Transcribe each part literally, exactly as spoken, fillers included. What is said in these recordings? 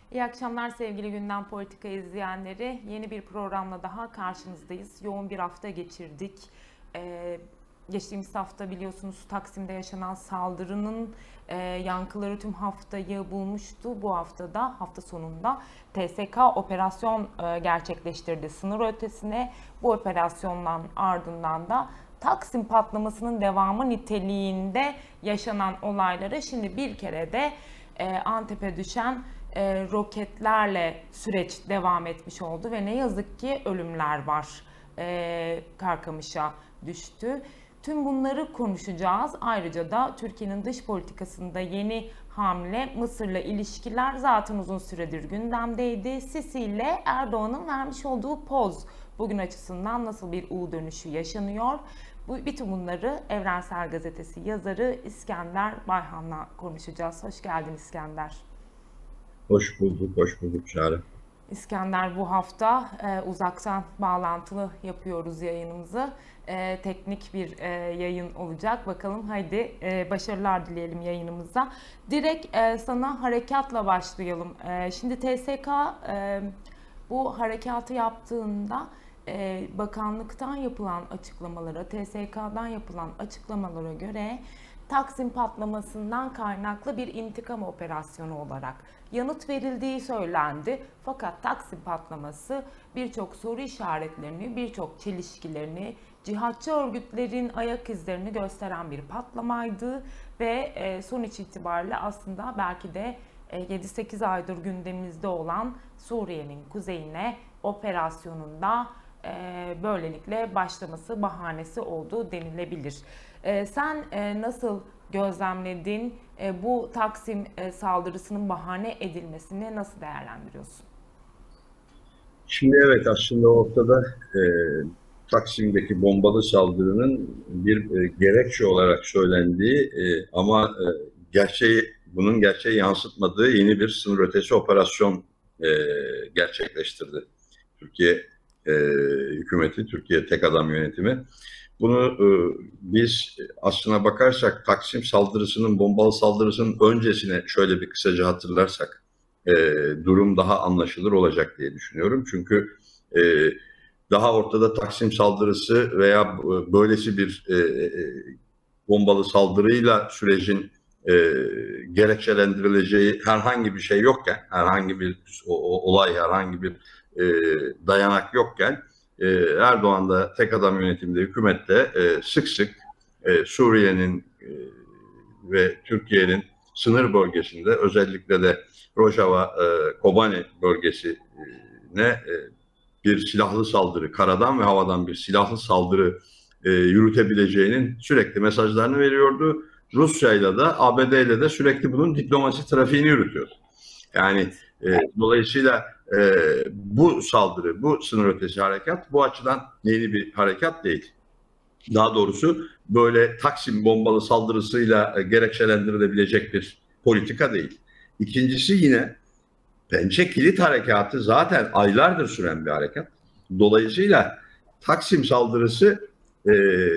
İyi akşamlar sevgili Gündem Politika izleyenleri. Yeni bir programla daha karşınızdayız. Yoğun bir hafta geçirdik. Ee, geçtiğimiz hafta biliyorsunuz Taksim'de yaşanan saldırının e, yankıları tüm haftayı bulmuştu. Bu haftada, hafta sonunda T S K operasyon e, gerçekleştirdi sınır ötesine. Bu operasyondan ardından da Taksim patlamasının devamı niteliğinde yaşanan olaylara şimdi bir kere de e, Antep'e düşen e, roketlerle süreç devam etmiş oldu ve ne yazık ki ölümler var. E, Karkamış'a düştü. Tüm bunları konuşacağız. Ayrıca da Türkiye'nin dış politikasında yeni hamle Mısır'la ilişkiler zaten uzun süredir gündemdeydi. Sisi ile Erdoğan'ın vermiş olduğu poz bugün açısından nasıl bir U dönüşü yaşanıyor? Bu, bütün bunları Evrensel Gazetesi yazarı İskender Bayhan'la konuşacağız. Hoş geldin İskender. Hoş bulduk, hoş bulduk Çağrı. İskender, bu hafta e, uzaktan bağlantılı yapıyoruz yayınımızı. E, teknik bir e, yayın olacak. Bakalım, haydi e, başarılar dileyelim yayınımıza. Direkt e, sana harekatla başlayalım. E, şimdi T S K e, bu harekatı yaptığında e, bakanlıktan yapılan açıklamalara, T S K'dan yapılan açıklamalara göre Taksim patlamasından kaynaklı bir intikam operasyonu olarak yanıt verildiği söylendi. Fakat Taksim patlaması birçok soru işaretlerini, birçok çelişkilerini, cihatçı örgütlerin ayak izlerini gösteren bir patlamaydı ve sonuç itibariyle aslında belki de yedi sekiz aydır gündemimizde olan Suriye'nin kuzeyine operasyonunda böylelikle başlaması bahanesi olduğu denilebilir. Sen nasıl gözlemledin? Bu Taksim saldırısının bahane edilmesini nasıl değerlendiriyorsun? Şimdi evet, aslında ortada e, Taksim'deki bombalı saldırının bir e, gerekçe olarak söylendiği e, ama e, gerçeği bunun gerçeği yansıtmadığı yeni bir sınır ötesi operasyon e, gerçekleştirdi Türkiye e, hükümeti, Türkiye tek adam yönetimi. Bunu e, biz aslına bakarsak Taksim saldırısının, bombalı saldırısının öncesine şöyle bir kısaca hatırlarsak e, durum daha anlaşılır olacak diye düşünüyorum. Çünkü e, daha ortada Taksim saldırısı veya böylesi bir e, e, bombalı saldırıyla sürecin e, gerekçelendirileceği herhangi bir şey yokken, herhangi bir o, o, olay, herhangi bir e, dayanak yokken e, Erdoğan da tek adam yönetimde, hükümette e, sık sık e, Suriye'nin e, ve Türkiye'nin sınır bölgesinde, özellikle de Rojava, e, Kobani bölgesine e, bir silahlı saldırı, karadan ve havadan bir silahlı saldırı e, yürütebileceğinin sürekli mesajlarını veriyordu. Rusya'yla da A B D ile de sürekli bunun diplomasi trafiğini yürütüyordu. Yani e, dolayısıyla e, bu saldırı, bu sınır ötesi harekat bu açıdan yeni bir harekat değil. Daha doğrusu böyle Taksim bombalı saldırısıyla e, gerekçelendirilebilecek bir politika değil. İkincisi, yine Pençe Kilit Harekatı zaten aylardır süren bir harekat. Dolayısıyla Taksim saldırısı, e,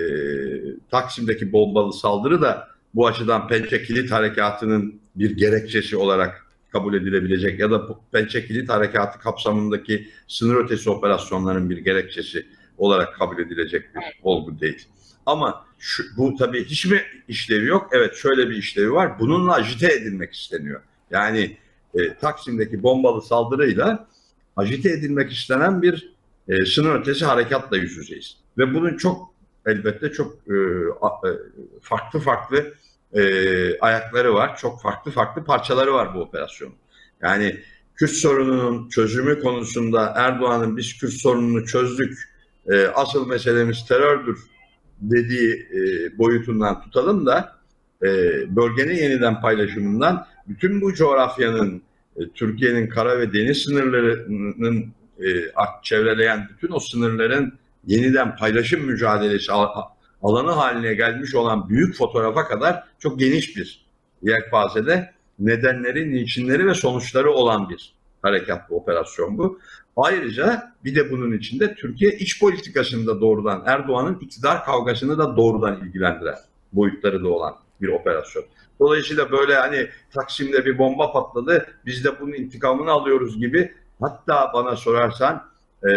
Taksim'deki bombalı saldırı da bu açıdan Pençe Kilit Harekatı'nın bir gerekçesi olarak kabul edilebilecek ya da Pençe Kilit Harekatı kapsamındaki sınır ötesi operasyonların bir gerekçesi olarak kabul edilecek bir olgu değil. Ama şu, bu tabii hiç mi işlevi yok? Evet, şöyle bir işlevi var. Bununla ajite edilmek isteniyor. Yani e, Taksim'deki bombalı saldırıyla ajite edilmek istenen bir e, sınır ötesi harekatla yüz yüzeyiz. Ve bunun çok elbette çok e, e, farklı farklı e, ayakları var. Çok farklı farklı parçaları var bu operasyonun. Yani Kürt sorununun çözümü konusunda Erdoğan'ın biz Kürt sorununu çözdük, e, asıl meselemiz terördür dediği e, boyutundan tutalım da e, bölgenin yeniden paylaşımından bütün bu coğrafyanın, e, Türkiye'nin kara ve deniz sınırlarının e, çevreleyen bütün o sınırların yeniden paylaşım mücadelesi al- alanı haline gelmiş olan büyük fotoğrafa kadar çok geniş bir yelpazede nedenleri, niçinleri ve sonuçları olan bir harekat, bu operasyon bu. Ayrıca bir de bunun içinde Türkiye iç politikasında doğrudan Erdoğan'ın iktidar kavgasını da doğrudan ilgilendiren boyutları da olan bir operasyon. Dolayısıyla böyle hani Taksim'de bir bomba patladı, biz de bunun intikamını alıyoruz gibi, hatta bana sorarsan e,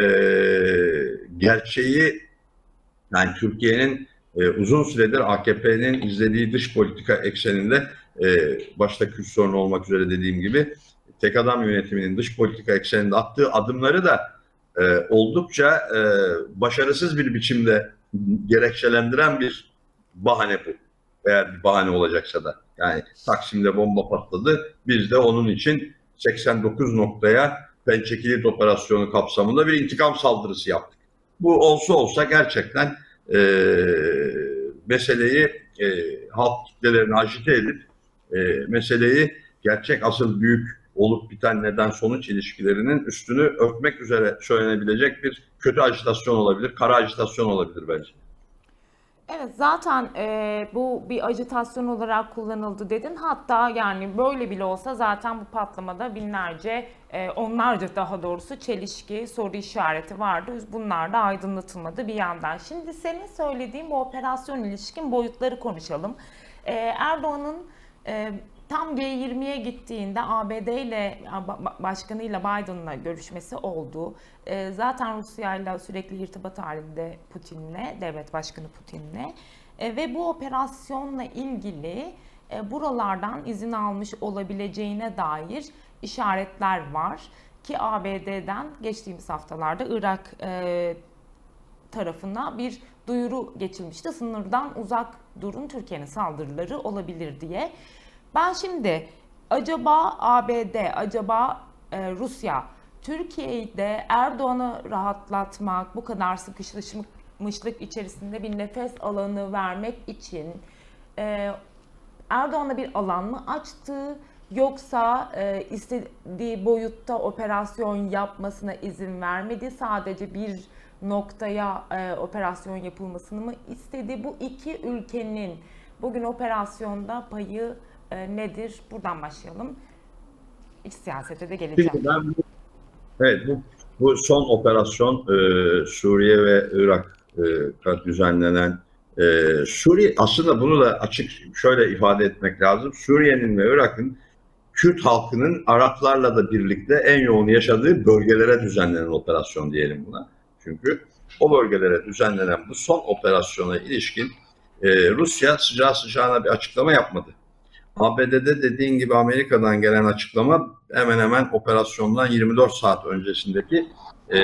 gerçeği, yani Türkiye'nin e, uzun süredir A K P'nin izlediği dış politika ekseninde, e, başta Kürt sorunu olmak üzere dediğim gibi, tek adam yönetiminin dış politika ekseninde attığı adımları da e, oldukça e, başarısız bir biçimde gerekçelendiren bir bahane bu. Eğer bir bahane olacaksa da. Yani Taksim'de bomba patladı, biz de onun için seksen dokuz noktaya Pençe Kilit operasyonu kapsamında bir intikam saldırısı yaptık. Bu olsa olsa gerçekten e, meseleyi e, halk kitlelerini agite edip e, meseleyi gerçek, asıl büyük olup biten neden sonuç ilişkilerinin üstünü örtmek üzere söylenebilecek bir kötü ajitasyon olabilir, kara ajitasyon olabilir bence. Evet, zaten e, bu bir ajitasyon olarak kullanıldı dedin. Hatta yani böyle bile olsa zaten bu patlamada binlerce, e, onlarca daha doğrusu çelişki, soru işareti vardı. Bunlar da aydınlatılmadı bir yandan. Şimdi senin söylediğin bu operasyon ilişkin boyutları konuşalım. E, Erdoğan'ın e, tam G yirmiye gittiğinde A B D ile başkanıyla Biden'la görüşmesi oldu. E, zaten Rusya ile sürekli irtibat halinde Putin'le, devlet başkanı Putin'le. E, ve bu operasyonla ilgili e, buralardan izin almış olabileceğine dair işaretler var. Ki A B D'den geçtiğimiz haftalarda Irak e, tarafına bir duyuru geçilmişti. Sınırdan uzak durun, Türkiye'nin saldırıları olabilir diye. Ben şimdi acaba A B D, acaba e, Rusya, Türkiye'de Erdoğan'ı rahatlatmak, bu kadar sıkışmışlık içerisinde bir nefes alanı vermek için e, Erdoğan'a bir alan mı açtı, yoksa e, istediği boyutta operasyon yapmasına izin vermedi, sadece bir noktaya e, operasyon yapılmasını mı istedi? Bu iki ülkenin bugün operasyonda payı e, nedir? Buradan başlayalım. İç siyasete de geleceğim. Şimdi ben, evet, bu, bu son operasyon e, Suriye ve Irak'ta düzenlenen e, Suriye, aslında bunu da açık şöyle ifade etmek lazım. Suriye'nin ve Irak'ın Kürt halkının Araplarla da birlikte en yoğun yaşadığı bölgelere düzenlenen operasyon diyelim buna. Çünkü o bölgelere düzenlenen bu son operasyona ilişkin e, Rusya sıcağı sıcağına bir açıklama yapmadı. A B D'de dediğin gibi Amerika'dan gelen açıklama hemen hemen operasyondan yirmi dört saat öncesindeki e,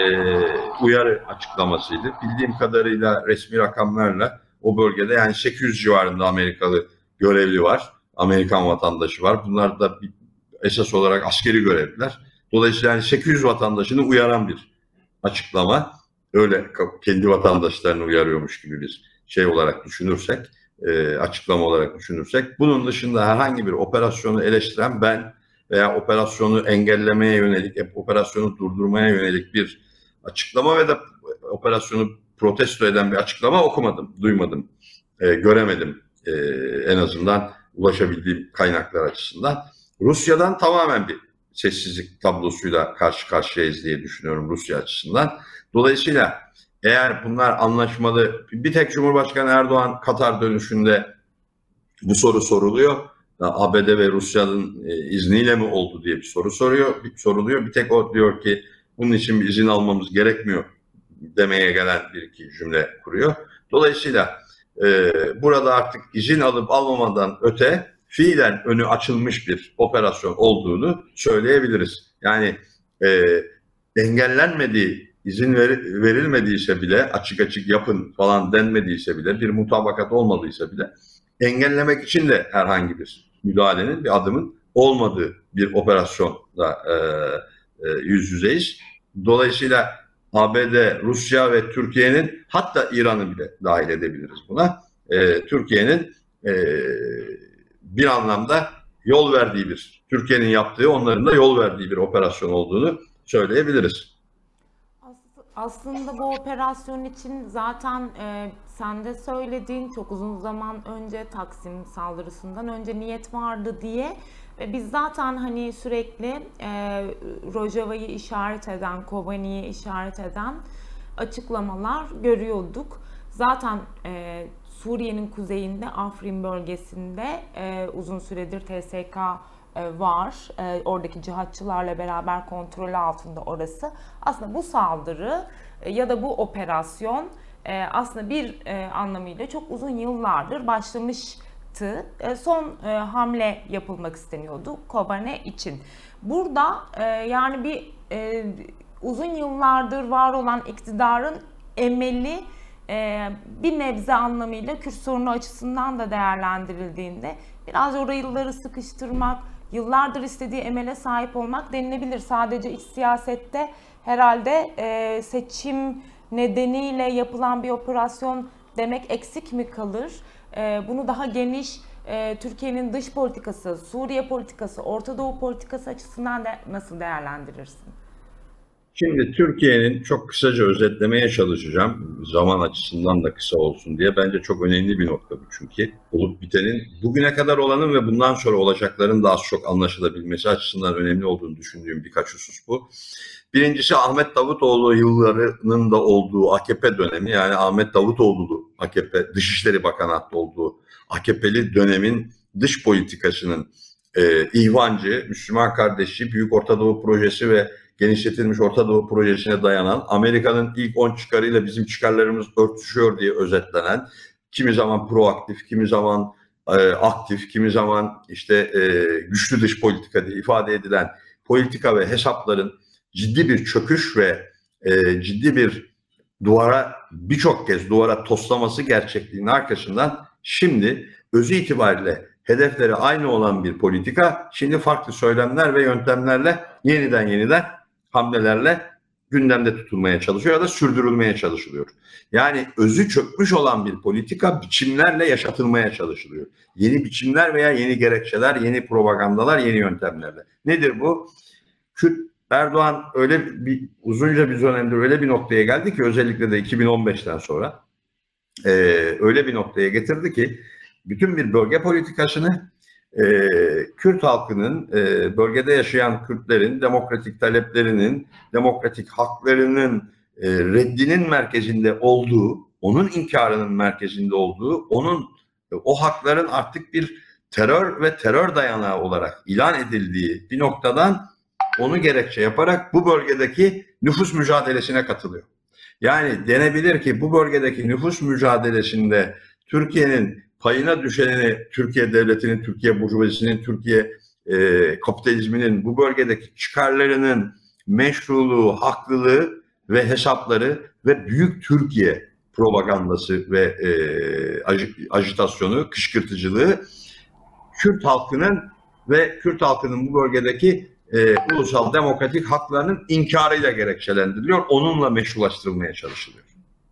uyarı açıklamasıydı. Bildiğim kadarıyla resmi rakamlarla o bölgede yani sekiz yüz civarında Amerikalı görevli var, Amerikan vatandaşı var. Bunlar da bir, esas olarak askeri görevliler. Dolayısıyla yani sekiz yüz vatandaşını uyaran bir açıklama. Öyle kendi vatandaşlarını uyarıyormuş gibi bir şey olarak düşünürsek, e, açıklama olarak düşünürsek. Bunun dışında herhangi bir operasyonu eleştiren ben veya operasyonu engellemeye yönelik, operasyonu durdurmaya yönelik bir açıklama ve de operasyonu protesto eden bir açıklama okumadım, duymadım, e, göremedim e, en azından ulaşabildiğim kaynaklar açısından. Rusya'dan tamamen bir sessizlik tablosuyla karşı karşıyayız diye düşünüyorum Rusya açısından. Dolayısıyla eğer bunlar anlaşmalı, bir tek Cumhurbaşkanı Erdoğan Katar dönüşünde bu soru soruluyor. A B D ve Rusya'nın izniyle mi oldu diye bir soru soruyor, bir soruluyor. Bir tek o diyor ki bunun için bir izin almamız gerekmiyor demeye gelen bir iki cümle kuruyor. Dolayısıyla e, burada artık izin alıp almamadan öte fiilen önü açılmış bir operasyon olduğunu söyleyebiliriz. Yani e, engellenmediği, izin ver, verilmediyse bile, açık açık yapın falan denmediyse bile, bir mutabakat olmadıysa bile engellemek için de herhangi bir müdahalenin, bir adımın olmadığı bir operasyonda e, e, yüz yüzeyiz. Dolayısıyla A B D, Rusya ve Türkiye'nin, hatta İran'ı bile dahil edebiliriz buna. E, Türkiye'nin e, bir anlamda yol verdiği bir, Türkiye'nin yaptığı, onların da yol verdiği bir operasyon olduğunu söyleyebiliriz. Aslında bu operasyon için zaten e, sen de söylediğin çok uzun zaman önce, Taksim saldırısından önce niyet vardı diye. Ve biz zaten hani sürekli e, Rojava'yı işaret eden, Kobani'yi işaret eden açıklamalar görüyorduk. Zaten e, Suriye'nin kuzeyinde Afrin bölgesinde e, uzun süredir T S K e, var. E, oradaki cihatçılarla beraber kontrol altında orası. Aslında bu saldırı e, ya da bu operasyon e, aslında bir e, anlamıyla çok uzun yıllardır başlamıştı. E, son e, hamle yapılmak isteniyordu Kobane için. Burada e, yani bir e, uzun yıllardır var olan iktidarın emeli e, bir nebze anlamıyla Kürt sorunu açısından da değerlendirildiğinde biraz orayıları sıkıştırmak, yıllardır istediği emele sahip olmak denilebilir. Sadece iç siyasette herhalde e, seçim nedeniyle yapılan bir operasyon demek eksik mi kalır? E, bunu daha geniş e, Türkiye'nin dış politikası, Suriye politikası, Orta Doğu politikası açısından da nasıl değerlendirirsin? Şimdi Türkiye'nin çok kısaca özetlemeye çalışacağım. Zaman açısından da kısa olsun diye. Bence çok önemli bir nokta bu çünkü. Olup bitenin bugüne kadar olanın ve bundan sonra olacakların da az çok anlaşılabilmesi açısından önemli olduğunu düşündüğüm birkaç husus bu. Birincisi Ahmet Davutoğlu yıllarının da olduğu A K P dönemi, yani Ahmet Davutoğlu'lu A K P Dışişleri Bakanı hatta olduğu A K P'li dönemin dış politikasının e, ihvancı, Müslüman kardeşi, Büyük Orta Doğu Projesi ve genişletilmiş Orta Doğu Projesi'ne dayanan, Amerika'nın ilk on çıkarıyla bizim çıkarlarımız örtüşüyor diye özetlenen, kimi zaman proaktif, kimi zaman e, aktif, kimi zaman işte e, güçlü dış politika diye ifade edilen politika ve hesapların ciddi bir çöküş ve e, ciddi bir duvara, birçok kez duvara toslaması gerçekliğinin arkasından şimdi özü itibariyle hedefleri aynı olan bir politika, şimdi farklı söylemler ve yöntemlerle yeniden yeniden hamlelerle gündemde tutulmaya çalışıyor ya da sürdürülmeye çalışılıyor. Yani özü çökmüş olan bir politika biçimlerle yaşatılmaya çalışılıyor. Yeni biçimler veya yeni gerekçeler, yeni propagandalar, yeni yöntemlerle. Nedir bu? Kürt Erdoğan öyle bir uzunca bir dönemde öyle bir noktaya geldi ki, özellikle de iki bin on beşten sonra e, öyle bir noktaya getirdi ki bütün bir bölge politikasını e, Kürt halkının, e, bölgede yaşayan Kürtlerin demokratik taleplerinin, demokratik haklarının e, reddinin merkezinde olduğu, onun inkarının merkezinde olduğu, onun e, o hakların artık bir terör ve terör dayanağı olarak ilan edildiği bir noktadan onu gerekçe yaparak bu bölgedeki nüfus mücadelesine katılıyor. Yani denebilir ki bu bölgedeki nüfus mücadelesinde Türkiye'nin payına düşenini, Türkiye devletinin, Türkiye burjuvazisinin, Türkiye e, kapitalizminin bu bölgedeki çıkarlarının meşruluğu, haklılığı ve hesapları ve büyük Türkiye propagandası ve e, ajitasyonu, kışkırtıcılığı Kürt halkının ve Kürt halkının bu bölgedeki e, ulusal demokratik haklarının inkarıyla gerekçelendiriliyor. Onunla meşrulaştırılmaya çalışılıyor.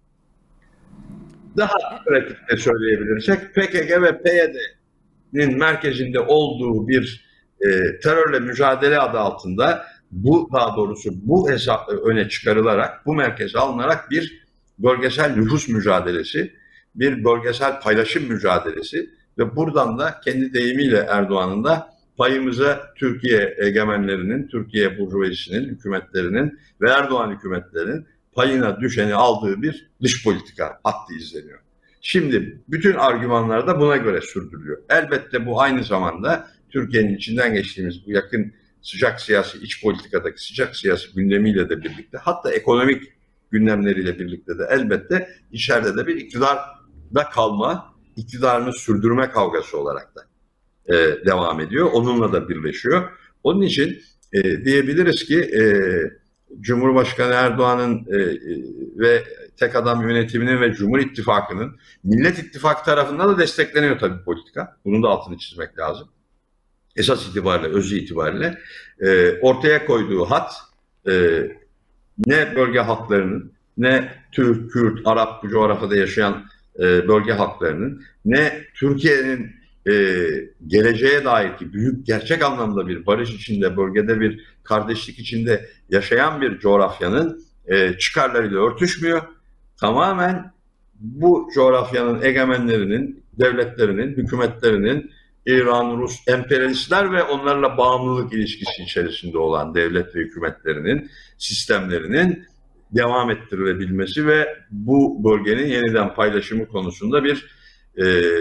Daha pratikte söyleyebilirsek P K K ve P Y D'nin merkezinde olduğu bir e, terörle mücadele adı altında, bu daha doğrusu bu hesap öne çıkarılarak, bu merkeze alınarak bir bölgesel nüfus mücadelesi, bir bölgesel paylaşım mücadelesi ve buradan da kendi deyimiyle Erdoğan'ın da payımıza Türkiye egemenlerinin, Türkiye burjuvazisinin, hükümetlerinin ve Erdoğan hükümetlerinin payına düşeni aldığı bir dış politika hattı izleniyor. Şimdi bütün argümanlar da buna göre sürdürülüyor. Elbette bu aynı zamanda Türkiye'nin içinden geçtiğimiz bu yakın sıcak siyasi, iç politikadaki sıcak siyasi gündemiyle de birlikte, hatta ekonomik gündemleriyle birlikte de elbette içeride de bir iktidarda kalma, iktidarını sürdürme kavgası olarak da e, devam ediyor. Onunla da birleşiyor. Onun için e, diyebiliriz ki e, Cumhurbaşkanı Erdoğan'ın e, ve tek adam yönetiminin ve Cumhur İttifakı'nın Millet İttifakı tarafından da destekleniyor tabii politika. Bunun da altını çizmek lazım. Esas itibariyle, özü itibariyle e, ortaya koyduğu hat e, ne bölge halklarının, ne Türk, Kürt, Arap bu coğrafyada yaşayan e, bölge halklarının, ne Türkiye'nin e, geleceğe dair ki büyük gerçek anlamda bir barış içinde, bölgede bir kardeşlik içinde yaşayan bir coğrafyanın e, çıkarlarıyla örtüşmüyor. Tamamen bu coğrafyanın egemenlerinin, devletlerinin, hükümetlerinin, İran, Rus, emperyalistler ve onlarla bağımlılık ilişkisi içerisinde olan devlet ve hükümetlerinin, sistemlerinin devam ettirilebilmesi ve bu bölgenin yeniden paylaşımı konusunda bir e,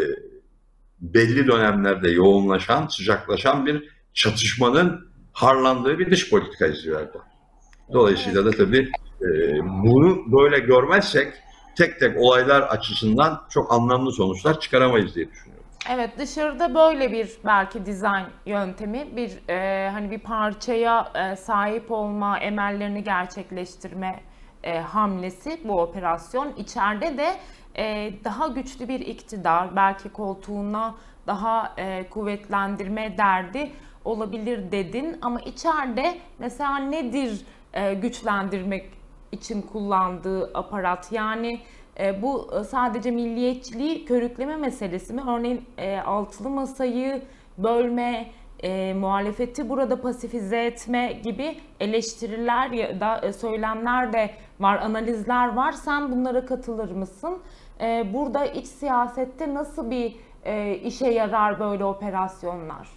belli dönemlerde yoğunlaşan, sıcaklaşan bir çatışmanın harlandığı bir dış politika izliyor Erdoğan. Dolayısıyla da tabii e, bunu böyle görmezsek tek tek olaylar açısından çok anlamlı sonuçlar çıkaramayız diye düşünüyorum. Evet, dışarıda böyle bir belki dizayn yöntemi, bir e, hani bir parçaya e, sahip olma, emellerini gerçekleştirme e, hamlesi bu operasyon. İçeride de e, daha güçlü bir iktidar, belki koltuğuna daha e, kuvvetlendirme derdi olabilir dedin. Ama içeride mesela nedir e, güçlendirmek için kullandığı aparat? Yani e, bu sadece milliyetçiliği körükleme meselesi mi? Örneğin e, altılı masayı bölme, e, muhalefeti burada pasifize etme gibi eleştiriler ya da e, söylemler de var, analizler var. Sen bunlara katılır mısın? E, burada iç siyasette nasıl bir e, işe yarar böyle operasyonlar?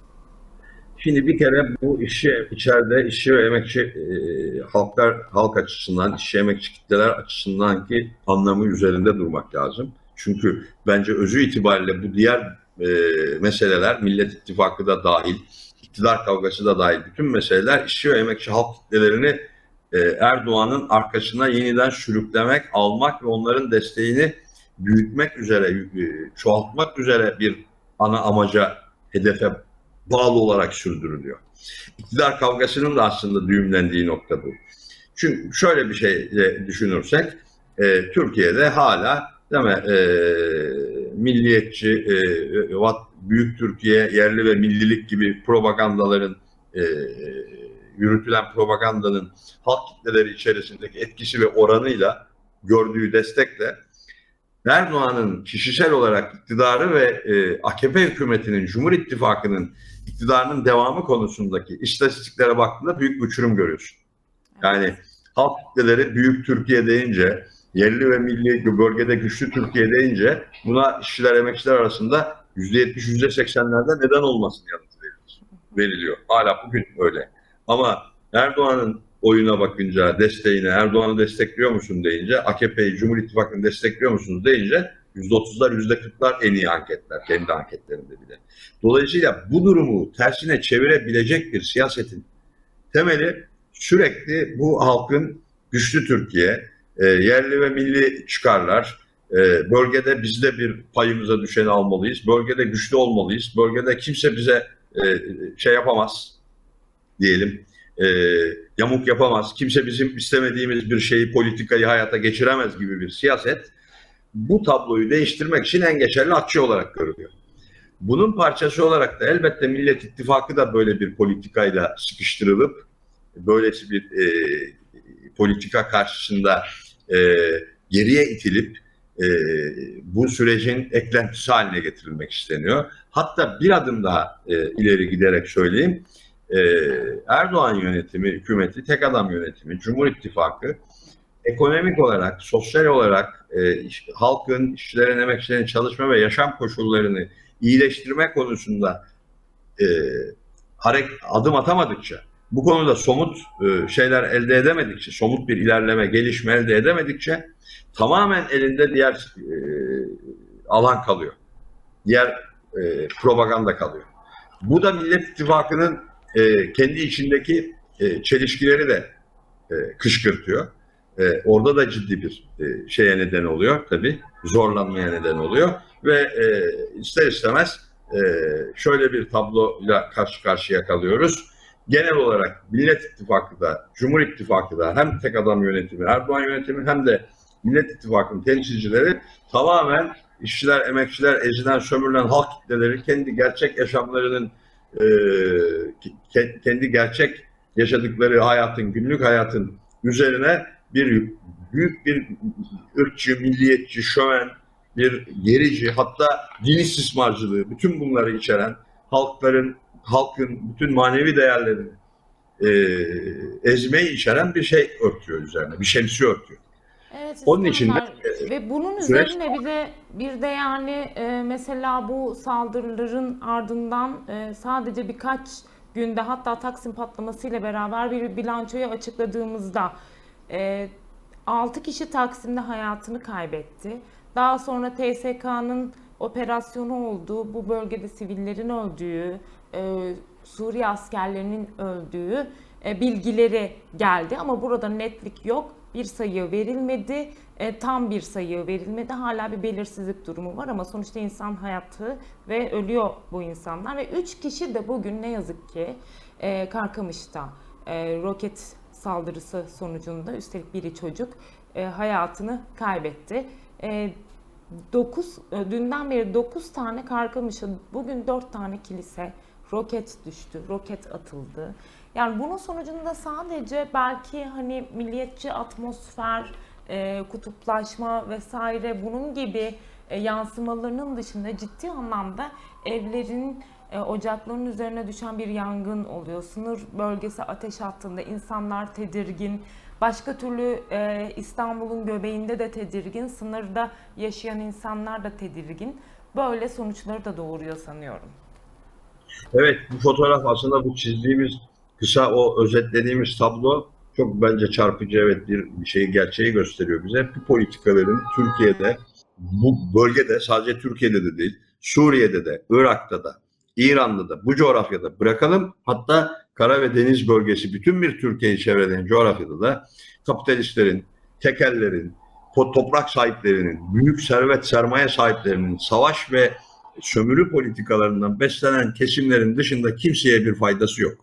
Şimdi bir kere bu işi içeride işçi ve emekçi e, halklar halk açısından, işçi emekçi kitleler açısından ki anlamı üzerinde durmak lazım. Çünkü bence özü itibariyle bu diğer e, meseleler, Millet İttifakı da dahil, iktidar kavgası da dahil, bütün meseleler işçi ve emekçi halk kitlelerini e, Erdoğan'ın arkasına yeniden sürüklemek, almak ve onların desteğini büyütmek üzere, e, çoğaltmak üzere bir ana amaca, hedefe bağlı olarak sürdürülüyor. İktidar kavgasının da aslında düğümlendiği nokta bu. Çünkü şöyle bir şey düşünürsek, e, Türkiye'de hala değil mi, e, milliyetçi, e, büyük Türkiye, yerli ve millilik gibi propagandaların, e, yürütülen propagandanın halk kitleleri içerisindeki etkisi ve oranıyla gördüğü destekle Erdoğan'ın kişisel olarak iktidarı ve e, A K P hükümetinin, Cumhur İttifakı'nın iktidarının devamı konusundaki istatistiklere baktığında büyük bir uçurum görüyorsun. Yani halk kitleleri büyük Türkiye deyince, yerli ve milli bölgede güçlü Türkiye deyince buna işçiler, emekçiler arasında yüzde yetmiş, yüzde seksenlerde neden olmasın yanıtı veriliyor. Hala bugün öyle. Ama Erdoğan'ın oyuna bakınca, desteğine, Erdoğan'ı destekliyor musun deyince, A K P'yi, Cumhur İttifakı'nı destekliyor musunuz deyince yüzde otuzlar, yüzde kırklar en iyi anketler, kendi anketlerinde bile. Dolayısıyla bu durumu tersine çevirebilecek bir siyasetin temeli sürekli bu halkın güçlü Türkiye, e, yerli ve milli çıkarlar, e, bölgede biz de bir payımıza düşeni almalıyız, bölgede güçlü olmalıyız, bölgede kimse bize e, şey yapamaz diyelim, e, yamuk yapamaz, kimse bizim istemediğimiz bir şeyi, politikayı hayata geçiremez gibi bir siyaset bu tabloyu değiştirmek için en geçerli akçe olarak görülüyor. Bunun parçası olarak da elbette Millet İttifakı da böyle bir politikayla sıkıştırılıp böylesi bir e, politika karşısında e, geriye itilip e, bu sürecin eklentisi haline getirilmek isteniyor. Hatta bir adım daha e, ileri giderek söyleyeyim. E, Erdoğan yönetimi, hükümeti, tek adam yönetimi, Cumhur İttifakı ekonomik olarak, sosyal olarak e, iş, halkın, işçilerin, emekçilerin çalışma ve yaşam koşullarını iyileştirme konusunda e, hareket, adım atamadıkça, bu konuda somut e, şeyler elde edemedikçe, somut bir ilerleme, gelişme elde edemedikçe tamamen elinde diğer e, alan kalıyor. Diğer e, propaganda kalıyor. Bu da Millet İttifakı'nın e, kendi içindeki e, çelişkileri de e, kışkırtıyor. E, orada da ciddi bir e, şeye neden oluyor tabii, zorlanmaya neden oluyor ve e, ister istemez e, şöyle bir tabloyla karşı karşıya kalıyoruz. Genel olarak Millet İttifakı da, Cumhur İttifakı da hem tek adam yönetimi, Erdoğan yönetimi hem de Millet İttifakı'nın temsilcileri tamamen işçiler, emekçiler, ezilen, sömürülen halk kitleleri kendi gerçek yaşamlarının, e, kendi gerçek yaşadıkları hayatın, günlük hayatın üzerine bir büyük bir ırkçı, milliyetçi, şöven, bir gerici, hatta din istismarcılığı, bütün bunları içeren halkların, halkın bütün manevi değerlerini e, ezmeyi içeren bir şey örtüyor üzerine, bir şemsiye örtüyor. Evet, onun için de, e, ve bunun süreç... üzerine bir de bir de yani e, mesela bu saldırıların ardından e, sadece birkaç günde, hatta Taksim patlamasıyla beraber bir bilançoyu açıkladığımızda e, altı kişi Taksim'de hayatını kaybetti. Daha sonra T S K'nın operasyonu olduğu, bu bölgede sivillerin öldüğü, e, Suriye askerlerinin öldüğü e, bilgileri geldi. Ama burada netlik yok. Bir sayı verilmedi, e, tam bir sayı verilmedi. Hala bir belirsizlik durumu var ama sonuçta insan hayatı ve ölüyor bu insanlar. Ve üç kişi de bugün ne yazık ki e, Karkamış'ta e, roket saldırısı sonucunda, üstelik biri çocuk, e, hayatını kaybetti. E, dokuz, e, dünden beri dokuz tane Karkamış'a, bugün dört tane kilise roket düştü, roket atıldı. Yani bunun sonucunda sadece belki hani milliyetçi atmosfer, e, kutuplaşma vesaire bunun gibi e, yansımalarının dışında ciddi anlamda evlerin, e, ocakların üzerine düşen bir yangın oluyor. Sınır bölgesi ateş hattında, insanlar tedirgin. Başka türlü e, İstanbul'un göbeğinde de tedirgin, sınırda yaşayan insanlar da tedirgin. Böyle sonuçları da doğuruyor sanıyorum. Evet, bu fotoğraf aslında bu çizdiğimiz, kısa o özetlediğimiz tablo çok bence çarpıcı, evet, bir, bir şeyi, gerçeği gösteriyor bize. Bu politikaların Türkiye'de, bu bölgede, sadece Türkiye'de de değil, Suriye'de de, Irak'ta da, İran'da da, bu coğrafyada bırakalım, hatta kara ve deniz bölgesi, bütün bir Türkiye'yi çevreleyen coğrafyada da kapitalistlerin, tekellerin, toprak sahiplerinin, büyük servet sermaye sahiplerinin, savaş ve sömürü politikalarından beslenen kesimlerin dışında kimseye bir faydası yok.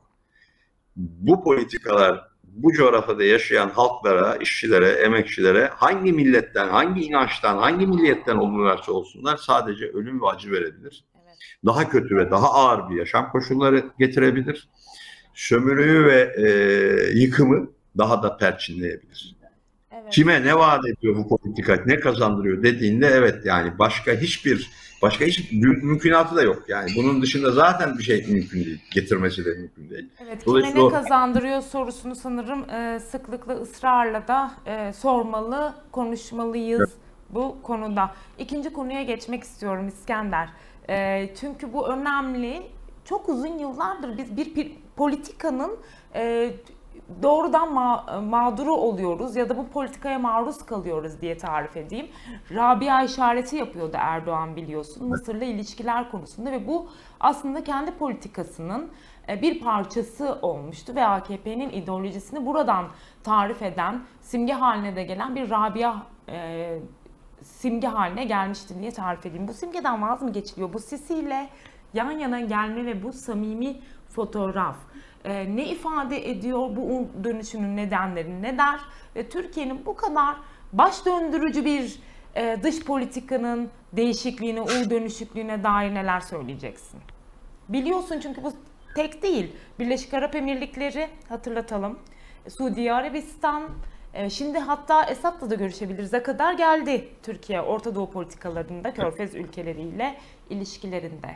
Bu politikalar bu coğrafyada yaşayan halklara, işçilere, emekçilere, hangi milletten, hangi inançtan, hangi milliyetten olurlarsa olsunlar, sadece ölüm ve acı verebilir. Evet. Daha kötü ve daha ağır bir yaşam koşulları getirebilir. Sömürüyü ve e, yıkımı daha da perçinleyebilir. Evet. Kime ne vaat ediyor bu politika, ne kazandırıyor dediğinde, evet, yani başka hiçbir başka hiç mümkünatı da yok. Yani bunun dışında zaten bir şey mümkün değil. Getirmesi de mümkün değil. Evet, kime ne kazandırıyor sorusunu sanırım e, sıklıkla, ısrarla da e, sormalı, konuşmalıyız, evet, bu konuda. İkinci konuya geçmek istiyorum İskender. E, çünkü bu önemli. Çok uzun yıllardır biz bir, bir politikanın e, doğrudan ma- mağduru oluyoruz ya da bu politikaya maruz kalıyoruz diye tarif edeyim. Rabia işareti yapıyordu Erdoğan, biliyorsun, Mısır'la ilişkiler konusunda ve bu aslında kendi politikasının bir parçası olmuştu ve A K P'nin ideolojisini buradan tarif eden, simge haline de gelen bir Rabia e, simge haline gelmişti diye tarif edeyim. Bu simgeden vaz mı geçiliyor? Bu Sisi ile yan yana gelme ve bu samimi fotoğraf Ee, ne ifade ediyor, bu dönüşünün nedenleri neler ve Türkiye'nin bu kadar baş döndürücü bir e, dış politikanın değişikliğine, U dönüşüklüğüne dair neler söyleyeceksin? Biliyorsun çünkü bu tek değil. Birleşik Arap Emirlikleri, hatırlatalım, Suudi Arabistan, e, şimdi hatta Esad'la da görüşebilirize kadar geldi Türkiye, Orta Doğu politikalarında, Körfez ülkeleriyle ilişkilerinde.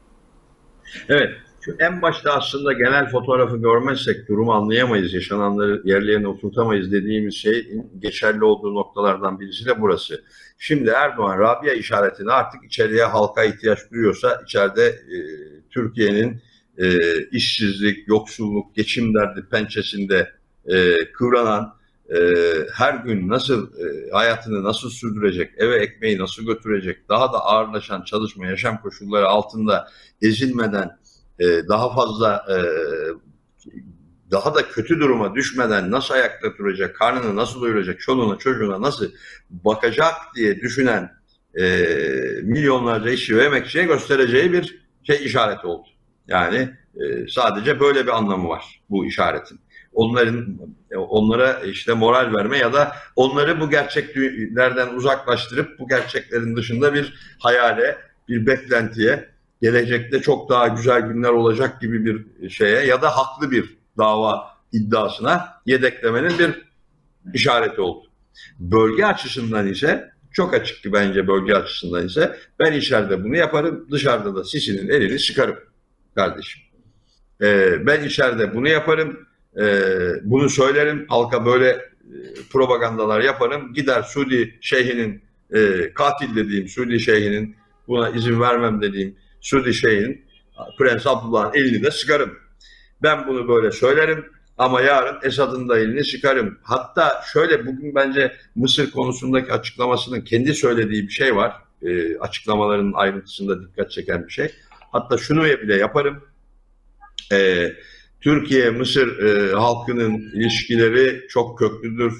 Evet. Şu en başta aslında genel fotoğrafı görmezsek durumu anlayamayız, yaşananları yerli yerine oturtamayız dediğimiz şey geçerli olduğu noktalardan birisi de burası. Şimdi Erdoğan Rabia işaretini artık içeriye, halka ihtiyaç duyuyorsa içeride e, Türkiye'nin e, işsizlik, yoksulluk, geçim derdi pençesinde e, kıvranan, e, her gün nasıl e, hayatını nasıl sürdürecek, eve ekmeği nasıl götürecek, daha da ağırlaşan çalışma, yaşam koşulları altında ezilmeden, daha fazla, daha da kötü duruma düşmeden nasıl ayakta duracak, karnını nasıl doyuracak, çoluğuna çocuğuna nasıl bakacak diye düşünen milyonlarca işçi ve emekçiye göstereceği bir şey, işareti oldu. Yani sadece böyle bir anlamı var bu işaretin. Onların onlara işte moral verme ya da onları bu gerçeklerden uzaklaştırıp bu gerçeklerin dışında bir hayale, bir beklentiye, gelecekte çok daha güzel günler olacak gibi bir şeye ya da haklı bir dava iddiasına yedeklemenin bir işareti oldu. Bölge açısından ise çok açık ki, bence bölge açısından ise ben içeride bunu yaparım, dışarıda da Sisi'nin elini sıkarım kardeşim. Ee, ben içeride bunu yaparım, e, bunu söylerim, halka böyle e, propagandalar yaparım. Gider Suudi şeyhinin, e, katil dediğim Suudi şeyhinin, buna izin vermem dediğim Suudi şeyhin, Prens Abdullah'ın elini de sıkarım. Ben bunu böyle söylerim ama yarın Esad'ın da elini sıkarım. Hatta şöyle, bugün bence Mısır konusundaki açıklamasının kendi söylediği bir şey var. e, açıklamaların ayrıntısında dikkat çeken bir şey. Hatta şunu bile yaparım. E, Türkiye-Mısır e, halkının ilişkileri çok köklüdür,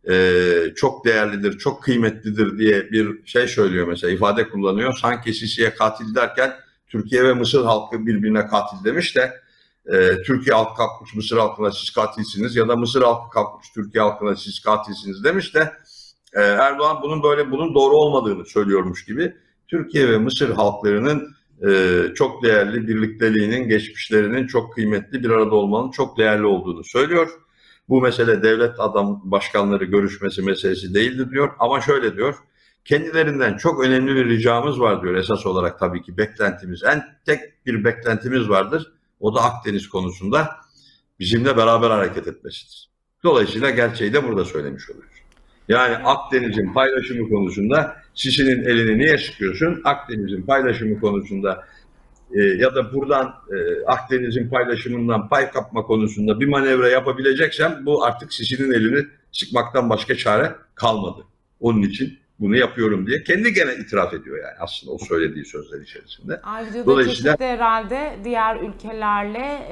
e, çok değerlidir, çok kıymetlidir diye bir şey söylüyor mesela, ifade kullanıyor. Sanki Sisi'ye katil derken Türkiye ve Mısır halkı birbirine katil demiş de e, Türkiye halkı kalkmış Mısır halkına siz katilsiniz ya da Mısır halkı kalkmış Türkiye halkına siz katilsiniz demiş de e, Erdoğan bunun böyle bunun doğru olmadığını söylüyormuş gibi Türkiye ve Mısır halklarının e, çok değerli birlikteliğinin, geçmişlerinin çok kıymetli, bir arada olmanın çok değerli olduğunu söylüyor. Bu mesele devlet adam başkanları görüşmesi meselesi değildir diyor ama şöyle diyor. Kendilerinden çok önemli bir ricamız var diyor, esas olarak tabii ki beklentimiz. En tek bir beklentimiz vardır. O da Akdeniz konusunda bizimle beraber hareket etmesidir. Dolayısıyla gerçeği de burada söylemiş oluyoruz. Yani Akdeniz'in paylaşımı konusunda Sisi'nin elini niye sıkıyorsun? Akdeniz'in paylaşımı konusunda e, ya da buradan e, Akdeniz'in paylaşımından pay kapma konusunda bir manevra yapabileceksem bu artık Sisi'nin elini sıkmaktan başka çare kalmadı. Onun için bunu yapıyorum diye kendi gene itiraf ediyor yani aslında o söylediği sözler içerisinde. Ayrıca da çeşitli herhalde diğer ülkelerle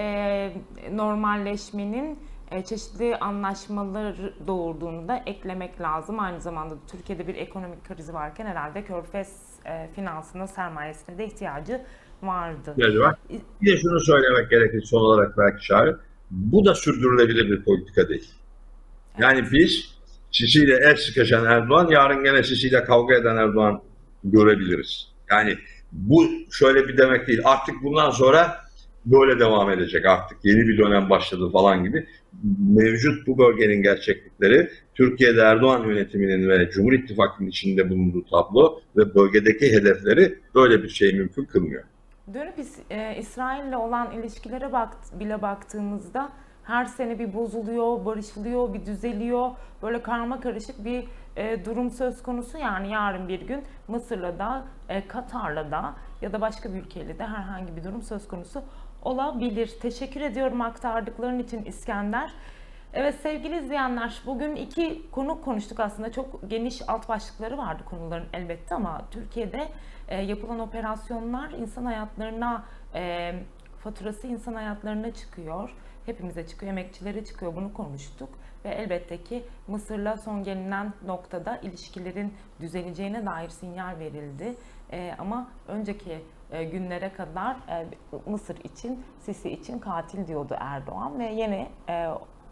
e, normalleşmenin e, çeşitli anlaşmalar doğurduğunu da eklemek lazım. Aynı zamanda Türkiye'de bir ekonomik krizi varken herhalde Körfez e, finansının sermayesine de ihtiyacı vardı. Evet, var. Bir de şunu söylemek gerekir son olarak belki Şahin. Bu da sürdürülebilir bir politika değil. Yani evet. Biz Sisi ile el sıkışan Erdoğan, yarın gene Sisi ile kavga eden Erdoğan görebiliriz. Yani bu şöyle bir demek değil. Artık bundan sonra böyle devam edecek. Artık yeni bir dönem başladı falan gibi. Mevcut bu bölgenin gerçeklikleri, Türkiye'de Erdoğan yönetiminin ve Cumhur İttifakı'nın içinde bulunduğu tablo ve bölgedeki hedefleri böyle bir şey mümkün kılmıyor. Dönüp e, İsrail'le olan ilişkilere bakt, bile baktığımızda her sene bir bozuluyor, barışılıyor, bir düzeliyor. Böyle karma karışık bir e, durum söz konusu. Yani yarın bir gün Mısır'la da, e, Katar'la da ya da başka bir ülkeyle de herhangi bir durum söz konusu olabilir. Teşekkür ediyorum aktardıkların için İskender. Evet sevgili izleyenler, bugün iki konu konuştuk aslında. Çok geniş alt başlıkları vardı konuların elbette ama Türkiye'de e, yapılan operasyonlar insan hayatlarına, e, faturası insan hayatlarına çıkıyor. Hepimize çıkıyor, emekçilere çıkıyor, bunu konuştuk. Ve elbette ki Mısır'la son gelinen noktada ilişkilerin düzeleceğine dair sinyal verildi. E, ama önceki e, günlere kadar e, Mısır için, Sisi için katil diyordu Erdoğan ve yeni e,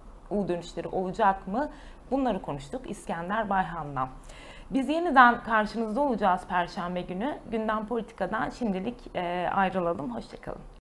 U dönüşleri olacak mı? Bunları konuştuk İskender Bayhan'dan. Biz yeniden karşınızda olacağız Perşembe günü. Gündem Politika'dan şimdilik e, ayrılalım. Hoşça kalın.